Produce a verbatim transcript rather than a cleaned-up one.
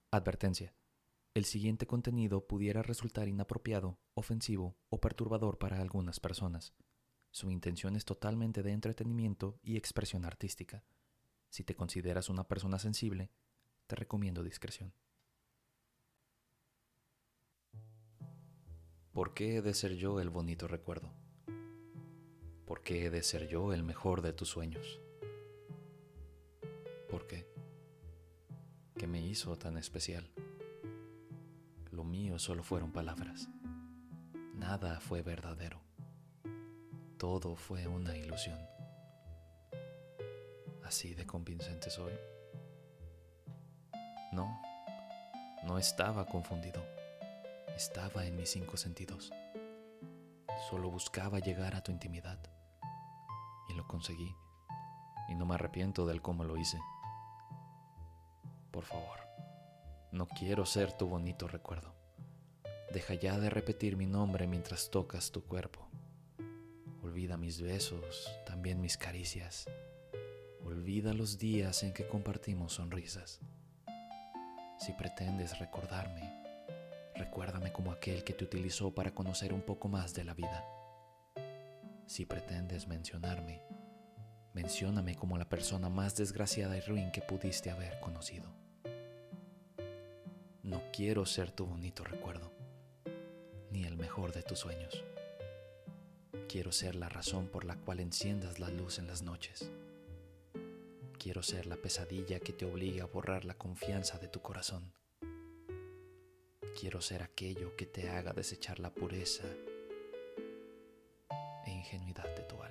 Advertencia. El siguiente contenido pudiera resultar inapropiado, ofensivo o perturbador para algunas personas. Su intención es totalmente de entretenimiento y expresión artística. Si te consideras una persona sensible, te recomiendo discreción. ¿Por qué he de ser yo el bonito recuerdo? ¿Por qué he de ser yo el mejor de tus sueños? ¿Por qué? ¿Qué me hizo tan especial? Lo mío solo fueron palabras. Nada fue verdadero. Todo fue una ilusión. ¿Así de convincente soy? No, no estaba confundido. Estaba en mis cinco sentidos. Solo buscaba llegar a tu intimidad. Y lo conseguí. Y no me arrepiento del cómo lo hice. Por favor, no quiero ser tu bonito recuerdo. Deja ya de repetir mi nombre mientras tocas tu cuerpo. Olvida mis besos, también mis caricias. Olvida los días en que compartimos sonrisas. Si pretendes recordarme, recuérdame como aquel que te utilizó para conocer un poco más de la vida. Si pretendes mencionarme, mencióname como la persona más desgraciada y ruin que pudiste haber conocido. No quiero ser tu bonito recuerdo, ni el mejor de tus sueños. Quiero ser la razón por la cual enciendas la luz en las noches. Quiero ser la pesadilla que te obliga a borrar la confianza de tu corazón. Quiero ser aquello que te haga desechar la pureza e ingenuidad de tu alma.